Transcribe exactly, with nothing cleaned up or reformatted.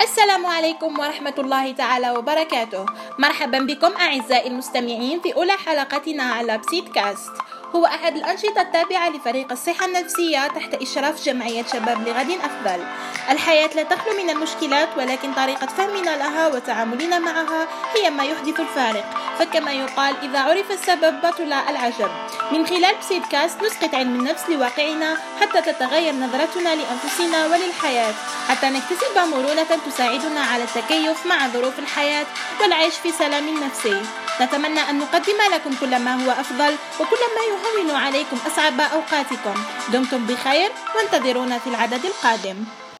السلام عليكم ورحمة الله تعالى وبركاته. مرحبا بكم أعزائي المستمعين في أولى حلقتنا على بسيدكاست. هو أحد الأنشطة التابعة لفريق الصحة النفسية تحت إشراف جمعية شباب لغد أفضل. الحياة لا تخلو من المشكلات، ولكن طريقة فهمنا لها وتعاملنا معها هي ما يحدث الفارق. فكما يقال إذا عرف السبب بطل العجب. من خلال بسيدكاست نسقط علم النفس لواقعنا حتى تتغير نظرتنا لأنفسنا وللحياة، حتى نكتسب مرونة تساعدنا على التكيف مع ظروف الحياة والعيش في سلام نفسي. نتمنى أن نقدم لكم كل ما هو أفضل وكل ما يهون عليكم أصعب أوقاتكم. دمتم بخير وانتظرونا في العدد القادم.